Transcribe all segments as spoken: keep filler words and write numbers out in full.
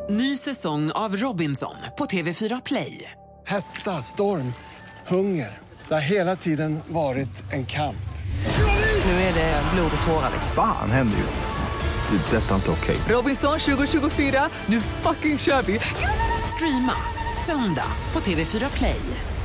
Ny säsong av Robinson på T V fyra Play. Hetta, storm, hunger. Det har hela tiden varit en kamp. Nu är det blod och tårar. Fan händer just det. Det är detta inte okej. Robinson tjugo tjugofyra, nu fucking kör vi. Streama söndag på T V fyra Play.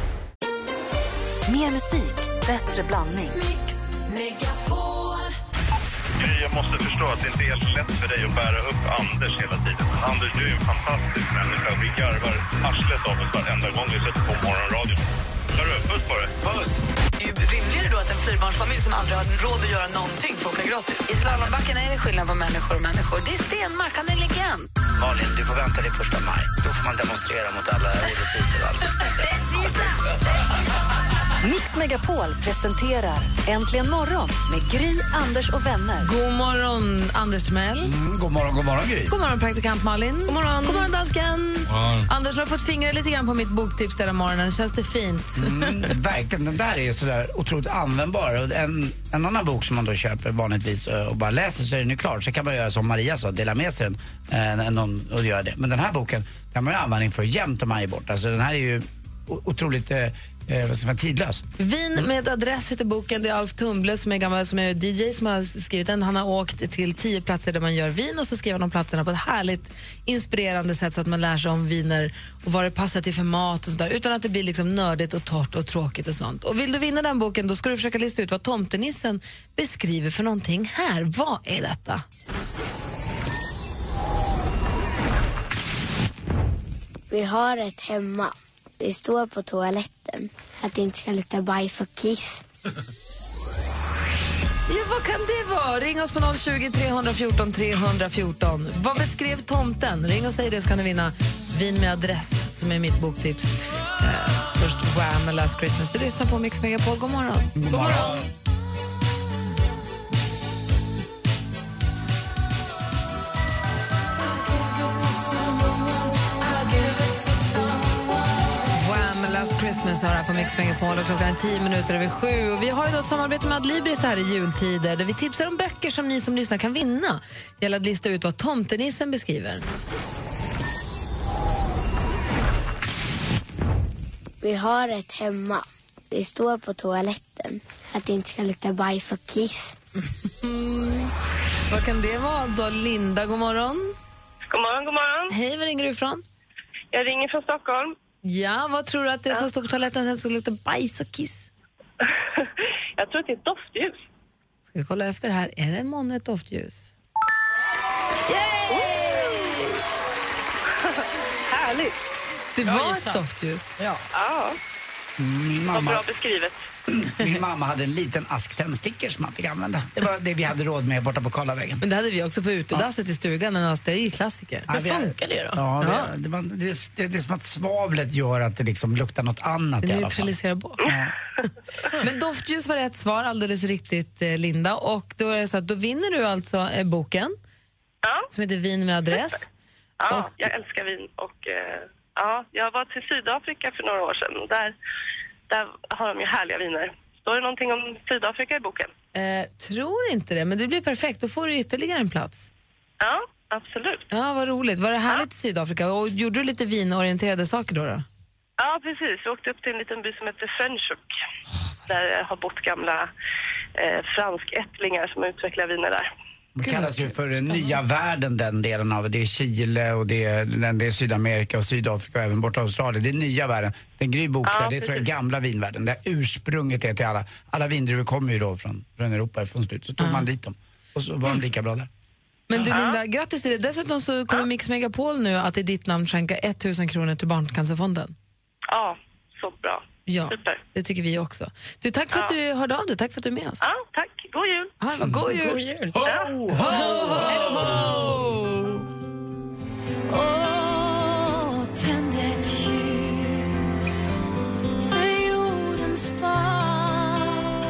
Mer musik, bättre blandning. Mix Megapol. Jag måste förstå att det inte är så lätt för dig att bära upp Anders hela tiden. Anders, du är en fantastisk människa. Vi garvar arslet av oss varenda gång vi sätter på morgonradion. Tar du? Puss på det. Puss! Det är ju rimligare då att en fyrbarnsfamilj som aldrig har råd att göra någonting får åka gratis. I slalombacken är det skillnad på människor och människor. Det är Stenmark, han är legend. Malin, du får vänta till första maj. Då får man demonstrera mot alla orättvisor och allt. Rättvisa! Mix Megapol presenterar Äntligen morgon med Gry, Anders och vänner. God morgon, Anders Timell. Mm, god morgon, god morgon, Gry. God morgon, praktikant Malin. God morgon. God morgon, dansken. morgon. Anders har fått fingra lite grann på mitt boktips den morgonen. Känns det fint? Mm, verkligen, den där är så där otroligt användbar. Och en, en annan bok som man då köper vanligtvis och bara läser så är den ju klar. Så kan man göra som Maria sa, dela med sig den äh, någon, och göra det. Men den här boken kan man ju användning för jämt om man är bort. Alltså den här är ju otroligt eh, vad ska man, tidlös. Vin med adress heter boken. Det är Alf Tumble som är gammal som är D J som har skrivit den. Han har åkt till tio platser där man gör vin och så skriver de platserna på ett härligt inspirerande sätt så att man lär sig om viner och vad det passar till för mat och sånt där, utan att det blir liksom nördigt och torrt och tråkigt och sånt. Och vill du vinna den boken då ska du försöka lista ut vad tomtenissen beskriver för någonting här. Vad är detta? Vi har ett hemma. Det står på toaletten att det inte ska lukta bajs och kiss. Ja, vad kan det vara? Ring oss på noll tjugo, tre fjorton, tre fjorton. Vad beskrev tomten? Ring och säg det så kan du vinna vin med adress som är mitt boktips. Uh, först Wham! Med Last Christmas. Du lyssnar på Mix Megapol. God morgon. God morgon. God morgon. Last Christmas här på Mix Megapol och klockan är tio minuter över sju. Och vi har ju då ett samarbete med Adlibris här i jultider där vi tipsar om böcker som ni som lyssnar kan vinna. Det gäller att lista ut vad tomtenissen beskriver. Vi har ett hemma. Det står på toaletten att det inte ska lukta bajs och kiss. Mm. Vad kan det vara då? Linda, god morgon. God morgon, god morgon. Hej, var ringer du ifrån? Jag ringer från Stockholm. Ja, vad tror du att det är ja. som står på toaletten sen ska lukta bajs och kiss? Jag tror att det är ett doftljus. Ska vi kolla efter här? Är det månne ett doftljus? Yay! Härligt. Det var ett doftljus. Ja. ja. Min mamma, vad bra beskrivet. Min mamma hade en liten ask tändstickor som man fick använda. Det var det vi hade råd med borta på Karlavägen. Men det hade vi också på utedasset ja. i stugan. En ask, det är ju klassiker. Ja, Hur funkar det då? Ja, ja. Det, det, det, det, det är som att svavlet gör att det liksom luktar något annat. Det neutraliserar bort. Ja. Men doftljus var rätt svar, alldeles riktigt, Linda. Och då är det så att då vinner du alltså eh, boken ja. som heter Vin med adress. Ja, och, jag älskar vin. Och eh, ja, jag var till Sydafrika för några år sedan. Där, där har de ju härliga viner. Står det någonting om Sydafrika i boken? Eh, tror inte det, men det blir perfekt. Då får du ytterligare en plats. Ja, absolut. Ja, vad roligt. Var det härligt ja. i Sydafrika? Och gjorde du lite vinorienterade saker då? då? Ja, precis. Vi åkte upp till en liten by som heter Franschhoek. Oh, där det har bott gamla eh, franskättlingar som utvecklar viner där. Det kallas ju för den nya världen, den delen av det. Det är Chile och det är, det är Sydamerika och Sydafrika och även borta Australien. Det är nya världen. Den grybok ja, där, det tror jag är gamla vinvärlden. Där ursprunget är till alla. Alla vindruvor kommer ju då från, från Europa från slut. Så tog uh. man dit dem. Och så var de lika bra där. Men du Linda, grattis till det. Dessutom så kommer ja. Mix Megapol nu att i ditt namn skänka tusen kronor till Barncancerfonden. Ja, så bra. Ja, super. Det tycker vi också. Du, tack för ja. att du hörde av dig. Tack för att du är med oss. Ja, tack. God jul. Ah, god jul. God jul. Ho, ho, ho, ho, ho. Åh, tänd ett ljus för jordens barn.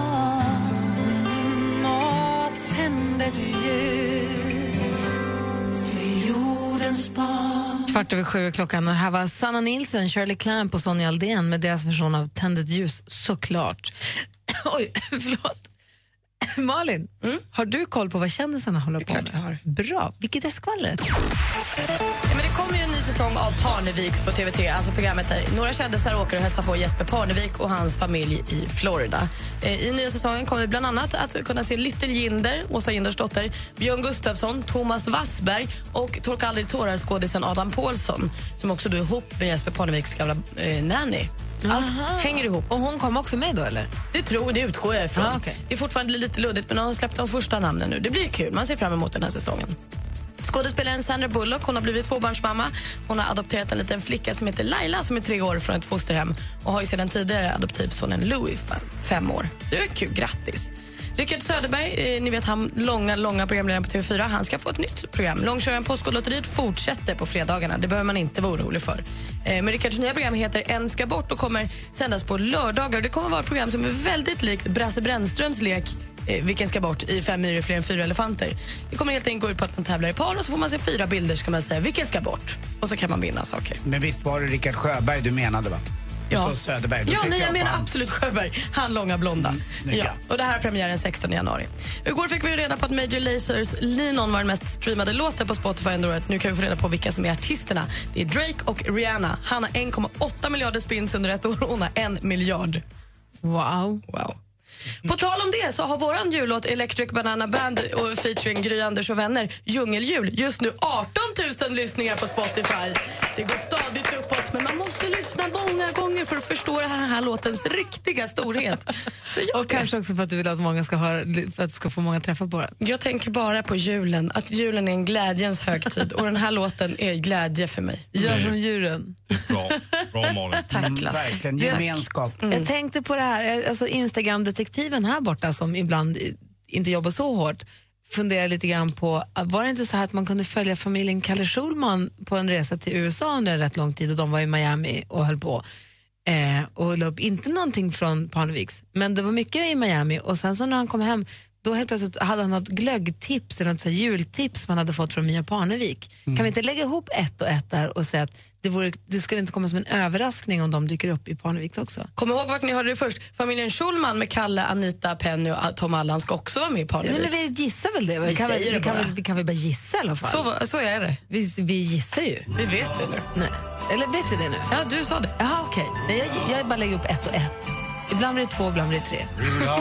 Åh, tänd ett ljus för jordens barn. Kvart över sju klockan och här var Sanna Nilsson, Shirley Clamp och Sonja Aldén med deras version av Tänd ett ljus, såklart. Oj, förlåt. Malin, mm? har du koll på vad kändisarna håller på med? Klart jag har. Bra. Vilket är skvallret? Ja, men det kommer ju en ny säsong av Parneviks på T V T, alltså programmet där några kändisar åker och hälsar på Jesper Parnevik och hans familj i Florida. I nya säsongen kommer vi bland annat att kunna se Little Jinder, Åsa Jinders dotter, Björn Gustafsson, Thomas Wassberg och Torka aldrig tårar skådisen Adam Pålsson, som också då är ihop med Jesper Parneviks gamla eh, nanny. Allt Aha. hänger ihop. Och hon kom också med då, eller? Det tror det utgår jag ifrån. Ah, okay. Det är fortfarande lite luddigt, men de har släppt de första namnen nu. Det blir kul, man ser fram emot den här säsongen. Skådespelaren Sandra Bullock, hon har blivit tvåbarnsmamma. Hon har adopterat en liten flicka som heter Laila som är tre år från ett fosterhem och har ju sedan tidigare adoptivsonen Louis, fem år. Så det är kul, grattis. Rickard Söderberg, eh, ni vet han långa, långa programledaren på T V fyra, han ska få ett nytt program. Långköraren Postkodlotteriet fortsätter på fredagarna, det behöver man inte vara orolig för. Eh, men Rickards nya program heter En ska bort och kommer sändas på lördagar. Det kommer vara ett program som är väldigt likt Brasse Brännströms lek eh, Vilken ska bort i Fem myror fler än fyra elefanter. Det kommer helt enkelt gå ut på att man tävlar i par och så får man se fyra bilder, så kan man säga vilken ska bort. Och så kan man vinna saker. Men visst var det Rickard Sjöberg du menade, va? Ja, så Söderberg, ja nej, jag, jag menar han... absolut Sjöberg. Han långa blonda. Mm, ja. Och det här är premiären sextonde januari. Igår fick vi reda på att Major Lazers Lean On var den mest streamade låten på Spotify under året. Nu kan vi få reda på vilka som är artisterna. Det är Drake och Rihanna. Han har en komma åtta miljarder spins under ett år och hon har en miljard. Wow. Wow. På tal om det så har våran jullåt Electric Banana Band och featuring Gry Anders och vänner Djungeljul just nu arton tusen lyssningar på Spotify. Det går stadigt uppåt, men man måste lyssna många gånger för att förstå den här, här låtens riktiga storhet. Så och det. Kanske också för att du vill att många ska höra, för att du ska få många träffar på den. Jag tänker bara på julen, att julen är en glädjens högtid och den här låten är glädje för mig. Gör som djuren. Bra, bra Malin. Tack, Lasse. Verkligen, gemenskap. Mm. Jag tänkte på det här, alltså Instagram-detektiven här borta som ibland inte jobbar så hårt, funderar lite grann på, var det inte så här att man kunde följa familjen Kalle Schulman på en resa till U S A under en rätt lång tid och de var i Miami och höll på eh, och la upp inte någonting från Parneviks, men det var mycket i Miami och sen så när han kom hem då helt plötsligt hade han något glöggtips eller något så här jultips man hade fått från Mia Parnevik. Mm. Kan vi inte lägga ihop ett och ett där och säga att det, vore, det skulle inte komma som en överraskning om de dyker upp i Parneviks också? Kom ihåg vart ni hörde det först. Familjen Schulman med Kalle, Anita, Penny och Tom Allan ska också vara med i Parneviks. Nej, men vi gissar väl det? Vi, vi, kan, väl, vi, kan, väl, vi kan väl bara gissa i alla fall. Så, så är det. Vi, vi gissar ju. Vi vet det nu. Nej. Eller vet vi det nu? Ja, du sa det. Jaha, okej. Okay. Jag, jag bara lägger upp ett och ett. Ibland blir det två, ibland blir det tre.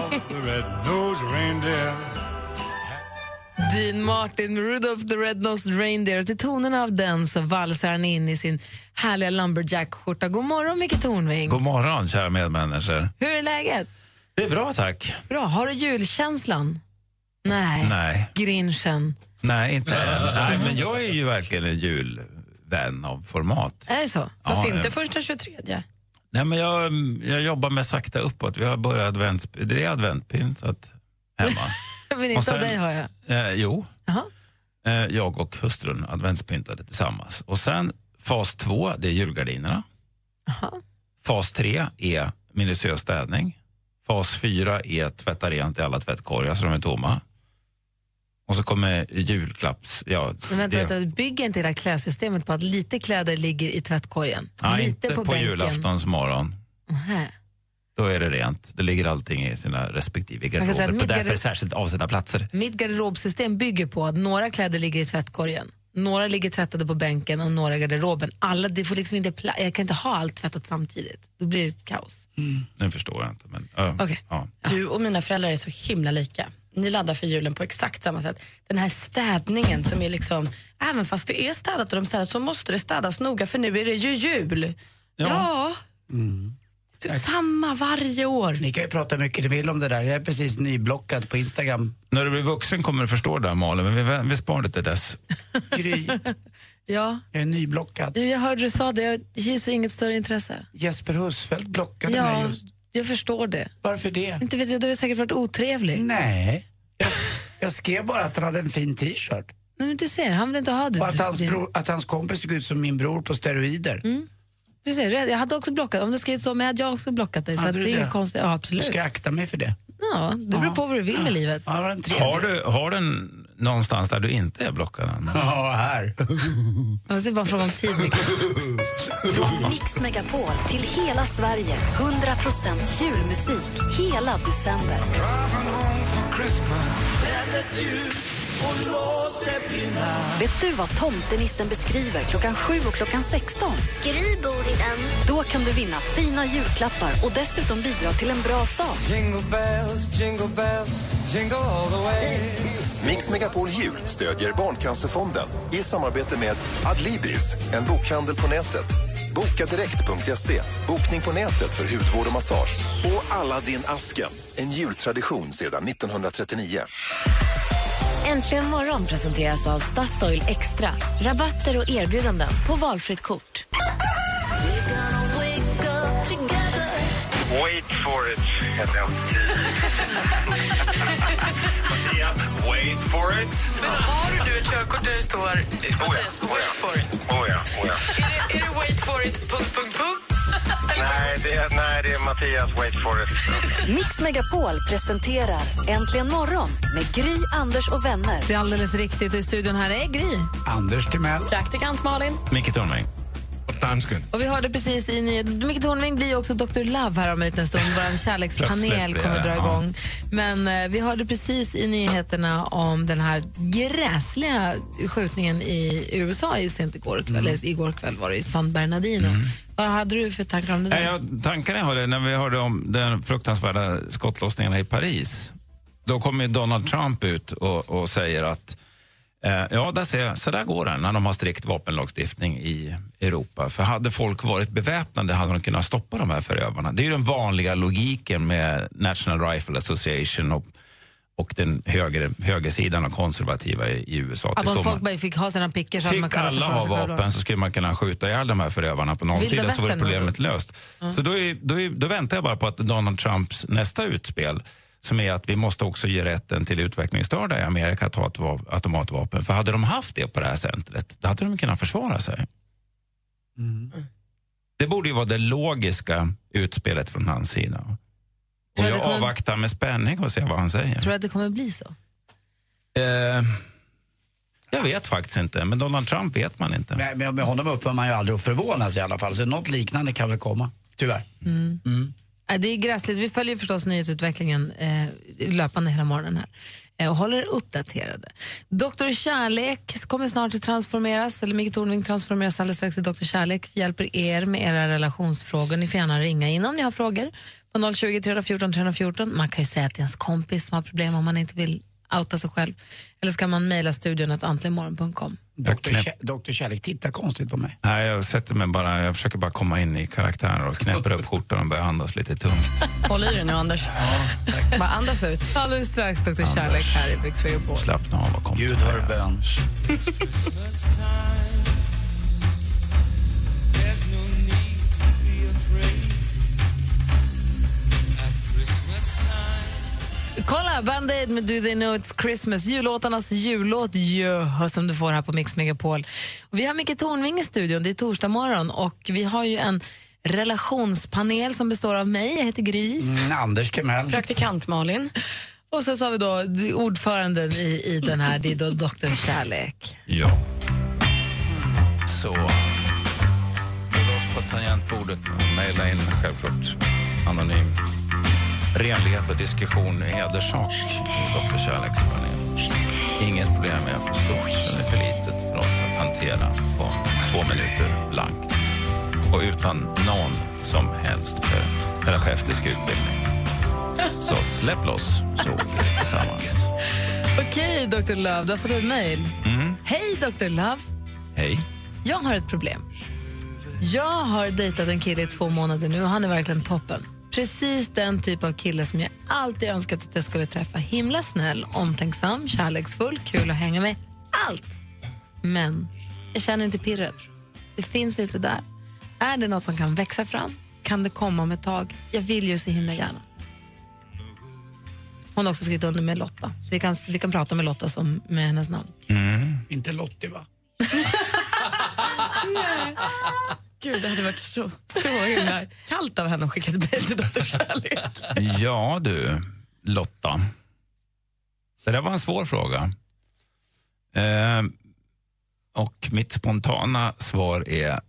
Dean Martin med Rudolph the Red-Nosed Reindeer. Och till tonerna av den så valsar han in i sin härliga lumberjack-skjorta. God morgon, Micke Tornving. God morgon, kära medmänniskor. Hur är läget? Det är bra, tack. Bra. Har du julkänslan? Nej. Nej. Grinchen? Nej, inte än. Nej, men jag är ju verkligen en julvän av format. Är det så? Fast ja, inte först den tjugotredje. Nej, men jag, jag jobbar med sakta uppåt. Vi har börjat advents, det är adventpynt så att hemma. Men inte sen, av dig har jag. Eh, jo. Eh, jag och hustrun adventspyntade tillsammans. Och sen fas två, det är julgardinerna. Aha. Fas tre är minutiös städning. Fas fyra är tvätta rent i alla tvättkorgar så de är tomma. Och så kommer julklapps... Ja, men vänta, det... vänta, bygger inte hela klädsystemet på att lite kläder ligger i tvättkorgen? Ja, lite inte på, på julaftons morgon. Uh-huh. Då är det rent. Det ligger allting i sina respektive garderober på därför garder... särskilt avsedda platser. Mitt garderobsystem bygger på att några kläder ligger i tvättkorgen. Några ligger tvättade på bänken och några i garderoben. Alla, det får liksom inte pla- jag kan inte ha allt tvättat samtidigt. Då blir det kaos. Mm. Det förstår jag inte. Men, uh, okay. ja. Du och mina föräldrar är så himla lika. Ni laddar för julen på exakt samma sätt. Den här städningen som är liksom, även fast det är städat och de städat så måste det städas noga för nu är det ju jul. Ja. ja. Mm. Samma varje år. Ni kan ju prata mycket ni vill om det där. Jag är precis nyblockad på Instagram. När du blir vuxen kommer du förstå det här, Malin, men vi, vi sparar det till dess. Gry. Ja. Jag är nyblockad. Jag hörde du sa det, jag hyser inget större intresse. Jesper Husfeldt blockade ja, mig just. Jag förstår det. Varför det? Inte vet jag, du har säkert varit otrevlig. Nej, jag, jag skrev bara att han hade en fin t-shirt. Men du ser, han vill inte ha det. Och att hans, bror, att hans kompis såg ut som min bror på steroider. Mm. Du ser, jag hade också blockat. Om du skrivit så, men hade jag också blockat dig. Så att det är inget konstigt. Ja, absolut. Du ska akta mig för det. Ja, det beror på vad du vill med livet. Ja, har du, har du någonstans där du inte är blockad annars? Ja, här. Jag ser bara fråga om tid. Mix Megapol till hela Sverige. hundra procent julmusik hela december. och låt det brinna. Vet du vad tomtenissen beskriver klockan sju och klockan sexton? Gry bor i den. Då kan du vinna fina julklappar och dessutom bidra till en bra sak. Jingle bells, jingle bells, jingle all the way. Mix Megapol Jul stödjer Barncancerfonden i samarbete med Adlibris, en bokhandel på nätet. Boka direkt punkt se, bokning på nätet för hudvård och massage. Och Aladdin Asken, en jultradition sedan nittonhundratrettionio. Äntligen morgon presenteras av Statoil Extra. Rabatter och erbjudanden på valfritt kort. Wait for it, heter jag. Mattias, wait for it. Men har du ett körkort där det står Mattias, oh ja, wait for it? Oh ja, oh ja. Är, det, är det wait for it, punkt, punkt, punkt? nej, det är, nej, det är Mattias, wait for it. Mix Megapol presenterar Äntligen morgon med Gry, Anders och vänner. Det är alldeles riktigt och i studion här är Gry. Anders Timell. Praktikant Malin. Micke Tornving. Dansken. Och vi hörde precis i nyheten, Micke Tornving blir också doktor Love här om en liten stund. Vår kärlekspanel kommer dra igång. Men eh, vi hörde precis i nyheterna om den här gräsliga skjutningen i U S A i sent igår kväll. Mm. Eller igår kväll var det i San Bernardino. Mm. Vad hade du för tankar om det där? Ja, tankarna jag hade när vi hörde om den fruktansvärda skottlossningarna i Paris. Då kommer Donald Trump ut och, och säger att ja, där ser jag, så där går det när de har strikt vapenlagstiftning i Europa. För hade folk varit beväpnade hade de kunnat stoppa de här förövarna. Det är ju den vanliga logiken med National Rifle Association och, och den höger, högersidan och konservativa i, i U S A. Att om folk bara fick ha sina pickor så hade man kunnat alla ha vapen så skulle man kunna skjuta ihjäl de här förövarna på någon tid så var problemet löst. Mm. Så då, är, då, är, då väntar jag bara på att Donald Trumps nästa utspel som är att vi måste också ge rätten till utvecklingsstörda i Amerika att ha ett va- automatvapen. För hade de haft det på det här centret, då hade de kunnat försvara sig. Mm. Det borde ju vara det logiska utspelet från hans sida. Och jag kommer... avvaktar med spänning och ser vad han säger. Tror du att det kommer bli så? Eh, jag vet faktiskt inte, men Donald Trump vet man inte. Med, med, med honom upphör man ju aldrig att förvånas i alla fall. Så något liknande kan väl komma, tyvärr. Mm. Mm. Det är gräsligt. Vi följer förstås nyhetsutvecklingen eh, löpande hela morgonen här eh, och håller uppdaterade. doktor Kärlek kommer snart att transformeras, eller Micke Tornving transformeras alldeles strax i doktor Kärlek, hjälper er med era relationsfrågor. Ni får gärna ringa in om ni har frågor på noll tjugo, tre fjorton, tre fjorton. Man kan ju säga att det är ens kompis som har problem om man inte vill outa sig själv. Eller ska man mejla studion att antligenmorgon punkt com. doktor Kär- doktor Kärlek tittar konstigt på mig. Nej, jag sätter mig bara, jag försöker bara komma in i karaktären och knäpper upp skjortan och börjar andas lite tungt. Håll i dig nu, Anders. Ja, bara andas ut. Alldeles strax doktor Kärlek här i Big Three på. Slappna av och kom. Gud hör bön. Kolla, Band-Aid med Do They Know It's Christmas. Jullåtarnas jullåt ju, som du får här på Mix Megapol. Och vi har Micke Tornving i studion, det är torsdag morgon. Och vi har ju en relationspanel som består av mig, jag heter Gry. Mm, Anders Timell. Praktikant Malin. Och så har vi då ordföranden i, i den här, det är då doktor Kärlek. Ja. Så, lägg oss på tangentbordet och mejla in självklart anonym. Renlighet och diskretion är hederssak i doktor Kärleks panel. Inget problem är för stort eller för litet för oss att hantera på två minuter blankt. Och utan någon som helst terapeutisk utbildning. Så släpp loss så åker vi tillsammans. Okej, doktor Love, du har fått ett mejl. Mm. Hej, doktor Love. Hej. Jag har ett problem. Jag har dejtat en kille i två månader nu och han är verkligen toppen. Precis den typ av kille som jag alltid önskat att jag skulle träffa. Himla snäll, omtänksam, kärleksfull, kul att hänga med. Allt. Men jag känner inte pirret. Det finns inte där. Är det något som kan växa fram? Kan det komma om ett tag? Jag vill ju så himla gärna. Hon har också skrivit under med Lotta. Så vi kan, vi kan prata med Lotta som med hennes namn. Mm. Inte Lottie, va? Nej. Gud, det hade varit så, så himla kallt av henne att skicka ett mejl till doktor Kärlek. Ja du, Lotta. Det där var en svår fråga. Eh, och mitt spontana svar är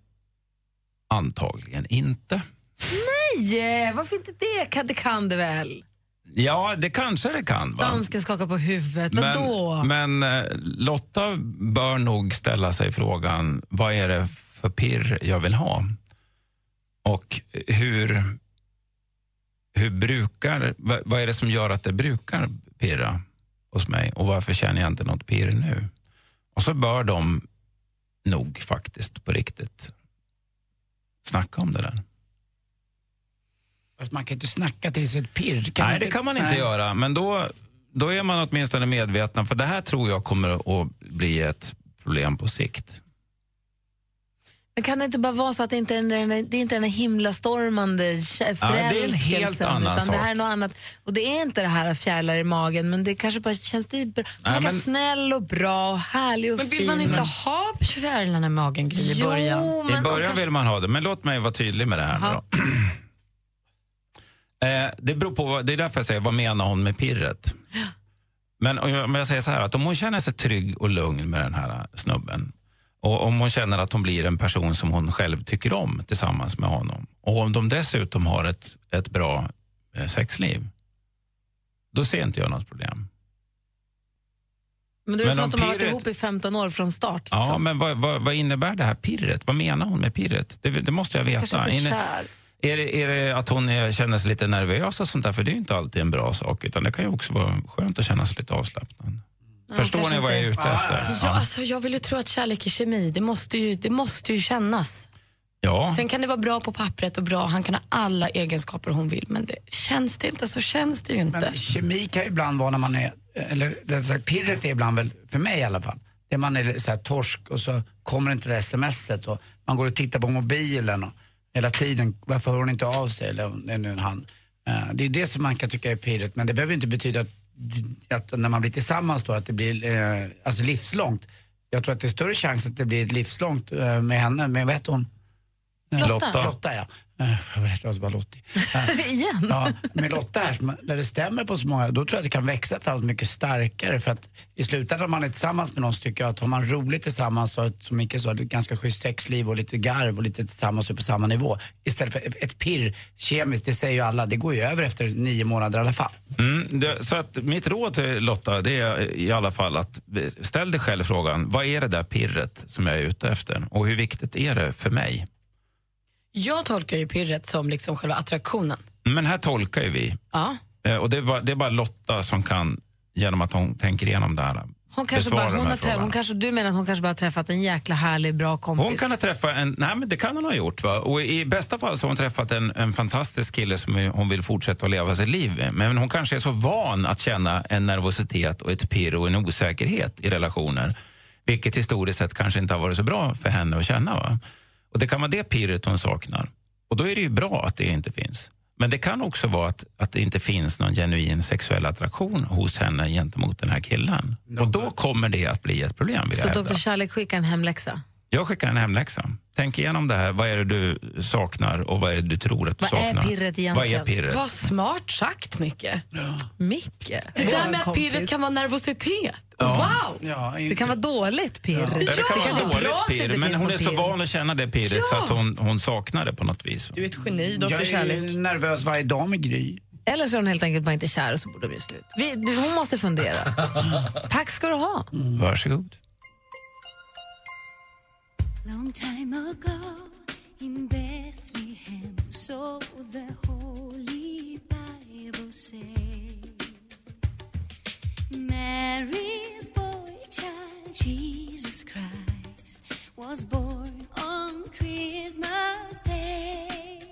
antagligen inte. Nej, varför inte det? Kan, det kan det väl? Ja, det kanske det kan. Va? Dansken skakar på huvudet. Men, Vadå? men eh, Lotta bör nog ställa sig frågan, vad är det för pirr jag vill ha? Och hur, hur brukar, vad, vad är det som gör att det brukar pirra hos mig? Och varför känner jag inte något pirr nu? Och så bör de nog faktiskt på riktigt snacka om det där. Fast man kan inte snacka till sig ett pirr. Kan Nej, inte... det kan man inte Nej. göra. Men då, då är man åtminstone medvetna. För det här tror jag kommer att bli ett problem på sikt. Men kan det inte bara vara så att det inte är den, det är inte den här himlastormande förälskelsen, ja, det är en helt annan utan sak. det här är något annat. Och det är inte det här fjärilar i magen, men det kanske bara känns det bra. Man är men... snäll och bra och härlig och men fin. vill man inte men... ha fjärilarna i magen, Gry, i Jo, början? men I början kanske... vill man ha det, men låt mig vara tydlig med det här nu då. eh, det beror på, det är därför jag säger, vad menar hon med pirret? Ja. Men om jag, om jag säger så här, att om hon känner sig trygg och lugn med den här snubben, och om hon känner att hon blir en person som hon själv tycker om tillsammans med honom, och om de dessutom har ett, ett bra eh, sexliv, då ser inte jag något problem. Men det är men som att de har pirret... varit ihop i femton år från start. Liksom. Ja, men vad, vad, vad innebär det här pirret? Vad menar hon med pirret? Det, det måste jag veta. Kanske inte kär. Är det, är det att hon är, känner sig lite nervös och sånt där? För det är ju inte alltid en bra sak, utan det kan ju också vara skönt att känna sig lite avslappnad. Ja, förstår ni vad jag är ute efter? Ja, alltså, jag vill ju tro att kärlek är kemi. Det måste ju, det måste ju kännas. Ja. Sen kan det vara bra på pappret och bra. Han kan ha alla egenskaper hon vill. Men det, känns det inte så känns det ju inte. Men kemi kan ju ibland vara när man är, eller det så här, pirret är ibland väl, för mig i alla fall, det man är så här torsk och så kommer inte det smset och man går och tittar på mobilen och hela tiden, varför hör hon inte av sig eller det är nu en han. Det är det som man kan tycka är pirret, men det behöver inte betyda att, att när man blir tillsammans då att det blir eh, alltså livslångt. Jag tror att det är större chans att det blir ett livslångt eh, med henne, men vad heter hon? Lotta. Lotta, ja. Jag vet inte vad Lottie. Igen? Ja, med Lotta här, när det stämmer på så många, då tror jag att det kan växa för allt mycket starkare. För att i slutändan om man är tillsammans med någon så tycker jag att har man roligt tillsammans och som Micke sa, ett ganska schysst sexliv och lite garv och lite tillsammans och på samma nivå. Istället för ett pirr kemiskt, det säger ju alla, det går ju över efter nio månader i alla fall. Mm, det, så att mitt råd till Lotta, det är i alla fall att ställ dig själv frågan, vad är det där pirret som jag är ute efter? Och hur viktigt är det för mig? Jag tolkar ju pirret som liksom själva attraktionen. Men här tolkar ju vi. Ja. Eh, och det är, bara, det är bara Lotta som kan, genom att hon tänker igenom det här, hon kanske bara, de hon här har träff, hon kanske, du menar att hon kanske bara har träffat en jäkla härlig, bra kompis? Hon kan ha träffat en, nej men det kan hon ha gjort va. Och i bästa fall så har hon träffat en, en fantastisk kille som hon vill fortsätta att leva sitt liv med. Men hon kanske är så van att känna en nervositet och ett pirr och en osäkerhet i relationer. Vilket historiskt sett kanske inte har varit så bra för henne att känna va. Och det kan vara det pirret hon saknar. Och då är det ju bra att det inte finns. Men det kan också vara att, att det inte finns någon genuin sexuell attraktion hos henne gentemot den här killen. Och då kommer det att bli ett problem. Så doktor Kärlek skickar en hemläxa? Jag skickar en hemläxa. Tänk igenom det här. Vad är det du saknar och vad är det du tror att du vad saknar? Vad är pirret egentligen? Vad är pirret? Vad smart sagt, Micke. Ja. Micke? Det där med att pirret kan vara nervositet. Ja. Wow! Ja, det kan vara dåligt pirr. Ja. Det kan det vara dåligt pirr, men hon är så van att känna det pirret ja. så att hon, hon saknar det på något vis. Du är ett geni, doktor Kärlek. Jag är nervös varje dag med Gry. Eller så är hon helt enkelt bara inte kär och så borde det bli slut. Vi, hon måste fundera. Tack ska du ha. Mm. Varsågod. Long time ago in Bethlehem, so the Holy Bible says, Mary's boy child, Jesus Christ, was born on Christmas Day.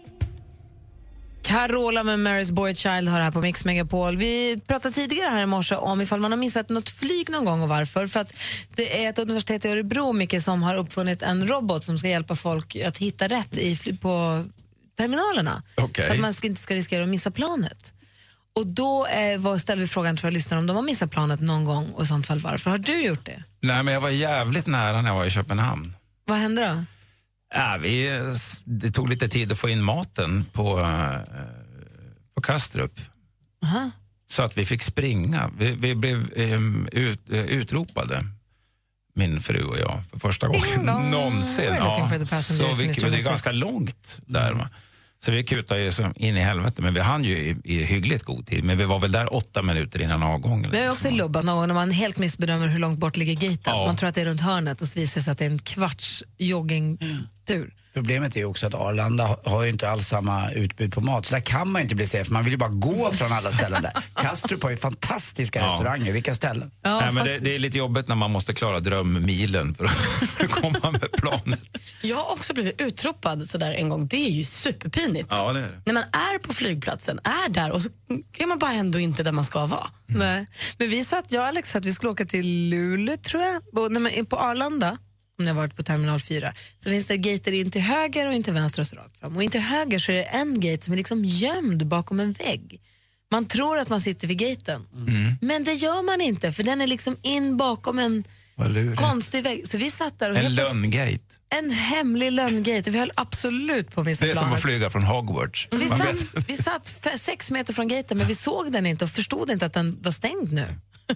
Carola med Mary's Boy Child har här på Mix Megapol. Vi pratade tidigare här i morse om ifall man har missat något flyg någon gång och varför. För att det är ett universitet i Örebro, Micke, som har uppfunnit en robot som ska hjälpa folk att hitta rätt i, på terminalerna. Okay. Så att man inte ska riskera att missa planet. Och då eh, var, ställde vi frågan till våra lyssnare om de har missat planet någon gång och i sånt fall varför. Har du gjort det? Nej, men jag var jävligt nära när jag var i Köpenhamn. Vad hände då? Ja, vi, det tog lite tid att få in maten på, uh, på Kastrup. Aha. Så att vi fick springa. Vi, vi blev um, ut, uh, utropade, min fru och jag, för första gången någonsin. Ja, så vi, det är ganska långt där. Va? Så vi kutade ju som in i helvete, men vi hann ju i, i hyggligt god tid. Men vi var väl där åtta minuter innan avgången. Vi har också lubbat någon gång när man helt missbedömer hur långt bort ligger gaten. Ja. Man tror att det är runt hörnet och så visar det sig att det är en kvarts joggingtur. Problemet är också att Arlanda har ju inte alls samma utbud på mat. Så där kan man ju inte bli safe. Man vill ju bara gå från alla ställen där. Kastrup har ju fantastiska Ja. restauranger. Vilka ställen? Ja, Nej, men det, det är lite jobbigt när man måste klara drömmilen för att komma med planet. Jag har också blivit utropad sådär en gång. Det är ju superpinigt. Ja, det är det. När man är på flygplatsen, är där och så är man bara ändå inte där man ska vara. Mm. Nej. Men vi satt, jag och Alex, att vi skulle åka till Luleå, tror jag. Och när man är på Arlanda, om ni har varit på terminal fyra, så finns det gater in till höger och in till vänster och så rakt fram. Och in till höger så är det en gate som är liksom gömd bakom en vägg. Man tror att man sitter vid gaten. Mm. Men det gör man inte, för den är liksom in bakom en konstig vägg. Så vi satt där och En helt lönngate. en hemlig lönngate. Vi höll absolut på att missa Det är som planet. att flyga från Hogwarts. Vi Man satt, vet. vi satt f- sex meter från gaten, men vi såg den inte och förstod inte att den var stängd nu.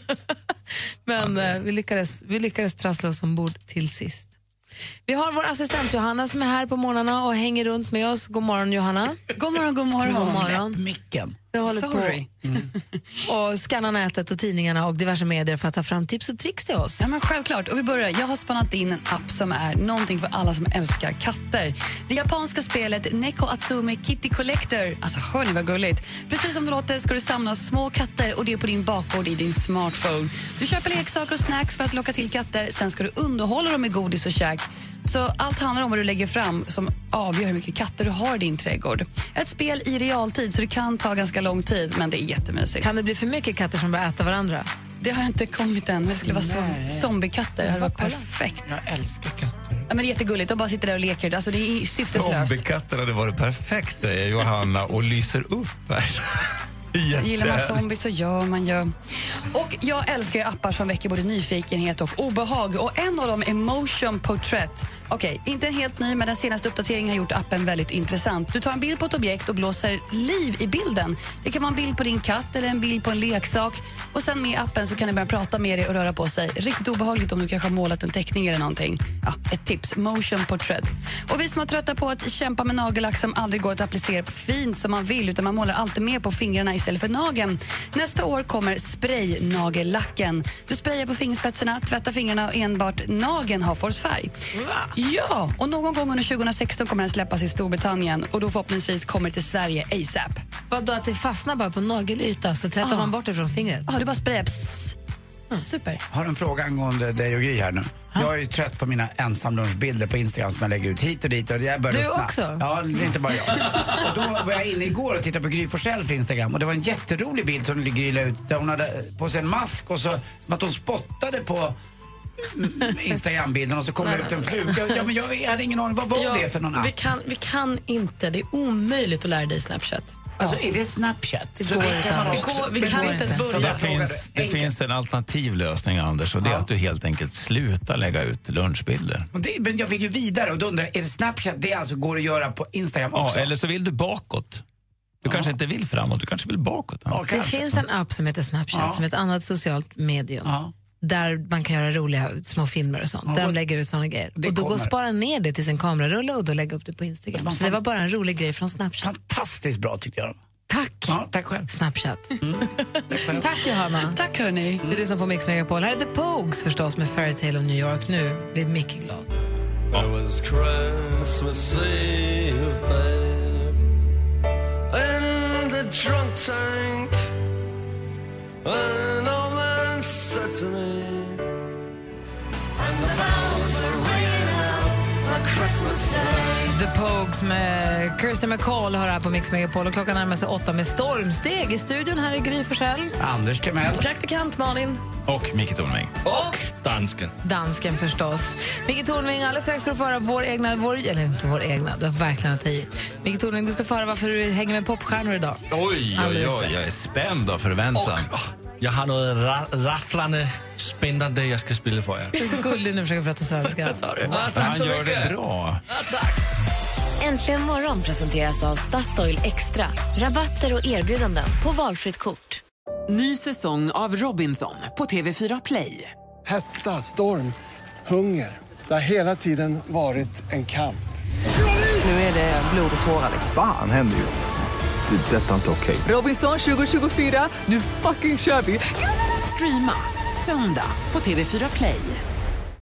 Men eh, vi, lyckades, vi lyckades trassla oss ombord till sist. Vi har vår assistent Johanna som är här på morgnarna och hänger runt med oss. God morgon, Johanna. God morgon, god morgon. God morgon. Micken. Vi håller Sorry. på mm. och skannar nätet och tidningarna och diverse medier för att ta fram tips och tricks till oss. Ja, men självklart. Och vi börjar. Jag har spannat in en app som är någonting för alla som älskar katter. Det japanska spelet Neko Atsume Kitty Collector. Alltså, hör ni vad gulligt? Precis som det låter ska du samla små katter och det är på din bakgård i din smartphone. Du köper leksaker och snacks för att locka till katter. Sen ska du underhålla dem med godis och käk. Så allt handlar om vad du lägger fram som avgör hur mycket katter du har i din trädgård. Ett spel i realtid så det kan ta ganska lång tid, men det är jättemysigt. Kan det bli för mycket katter som börjar äta varandra? Det har jag inte kommit än, men det skulle vara som, zombiekatter. Det hade varit perfekt. Jag älskar katter. Ja, men det är jättegulligt, de bara sitter där och leker. Alltså, det är syfteslöst. Zombiekatter hade varit perfekt, säger Johanna och lyser upp här. Gillar man zombies så gör man ju. Och jag älskar ju appar som väcker både nyfikenhet och obehag. Och en av dem är Motion Portrait. Okej, okay, inte en helt ny, men den senaste uppdateringen har gjort appen väldigt intressant. Du tar en bild på ett objekt och blåser liv i bilden. Det kan vara en bild på din katt eller en bild på en leksak. Och sen med appen så kan du börja prata med dig och röra på sig. Riktigt obehagligt om du kanske har målat en teckning eller någonting. Ja, ett tips, Motion Portrait. Och vi som har trötta på att kämpa med nagellack som aldrig går att applicera fint som man vill, utan man målar alltid mer på fingrarna istället för nageln. Nästa år kommer spray-nagellacken. Du sprayar på fingerspetsarna, tvättar fingrarna och enbart nageln har färg. Ja, och någon gång under tjugohundrasexton kommer den släppas i Storbritannien och då förhoppningsvis kommer det till Sverige ASAP. Vad då, att det fastnar bara på nagelyta så tvättar Ah. man bort det från fingret? Ja, du bara sprayar. Pss. Super. Har en fråga angående dig och Gry här nu. Jag är ju trött på mina ensamlunchbilder på Instagram som jag lägger ut hit och dit. Och jag börjar Du ruttna. också? Ja, det är inte bara jag. Och då var jag inne igår och tittade på Gry Forssells Instagram och det var en jätterolig bild som Gry la ut där hon hade på sig en mask och så som att hon spottade på Instagram-bilden och så kom det ut en fluga. Ja, men jag hade ingen aning. Vad var Ja, det för någon app? vi kan, vi kan inte, det är omöjligt att lära dig Snapchat. Alltså, är det Snapchat? Det Så går det inte. kan man Det också- går- vi det kan går inte ens börja. Det Jag frågade finns, det enkelt. finns en alternativ lösning, Anders, och det är Ja. att du helt enkelt slutar lägga ut lunchbilder. Och det, men jag vill ju vidare och då undrar jag, är det Snapchat det alltså går att göra på Instagram Ja, också? eller så vill du bakåt. Du kanske inte vill framåt, du kanske vill bakåt. Ja. Det finns en app som heter Snapchat Ja. som är ett annat socialt medium. Ja. Där man kan göra roliga små filmer och sånt. Ja, där och- de lägger ut såna grejer. det Och då går kommer. spara ner det till sin kamerarulle och då lägga upp det på Instagram. Det Så det var bara en rolig grej från Snapchat. Fantastiskt bra tyckte jag. Tack! Ja, tack själv. Snapchat. Tack själv. Tack Johanna. Tack hörni. Det är du som får Mix Megapol. Här är The Pogues förstås med Fairytale of New York. Nu blir Mickey glad. It was Christmas Eve, babe, in the drunk tank. An old man said to me, and the bells were ringing out for Christmas Day. The Pogues med Kirsten McCall har här på Mix Megapol och klockan närmar sig åtta med stormsteg i studion. Här är Gry Forssell. Anders Timell. Praktikant Malin. Och Micke Tornving. Och dansken. Dansken förstås. Micke Tornving, alldeles strax ska du få höra vår egna, vår, eller inte vår egna, du har verkligen att ta i. Micke Tornving, du ska få höra varför du hänger med popstjärnor idag. Oj, oj, Alldeles oj, strax. jag är spänd av förväntan. Och, jag har något ra- rafflande, spännande jag ska spela för er. Du är så gullig nu, försöker prata svenska. Han gör det bra. Äntligen morgon presenteras av Statoil Extra. Rabatter och erbjudanden på valfritt kort. Ny säsong av Robinson på T V fyra Play. Hetta, storm, hunger. Det har hela tiden varit en kamp. Nu är det blod och tårar. Fan händer just det. Det är detta inte okej. Robinson tjugo tjugofyra, nu fucking kör vi! Streama söndag på T V fyra Play.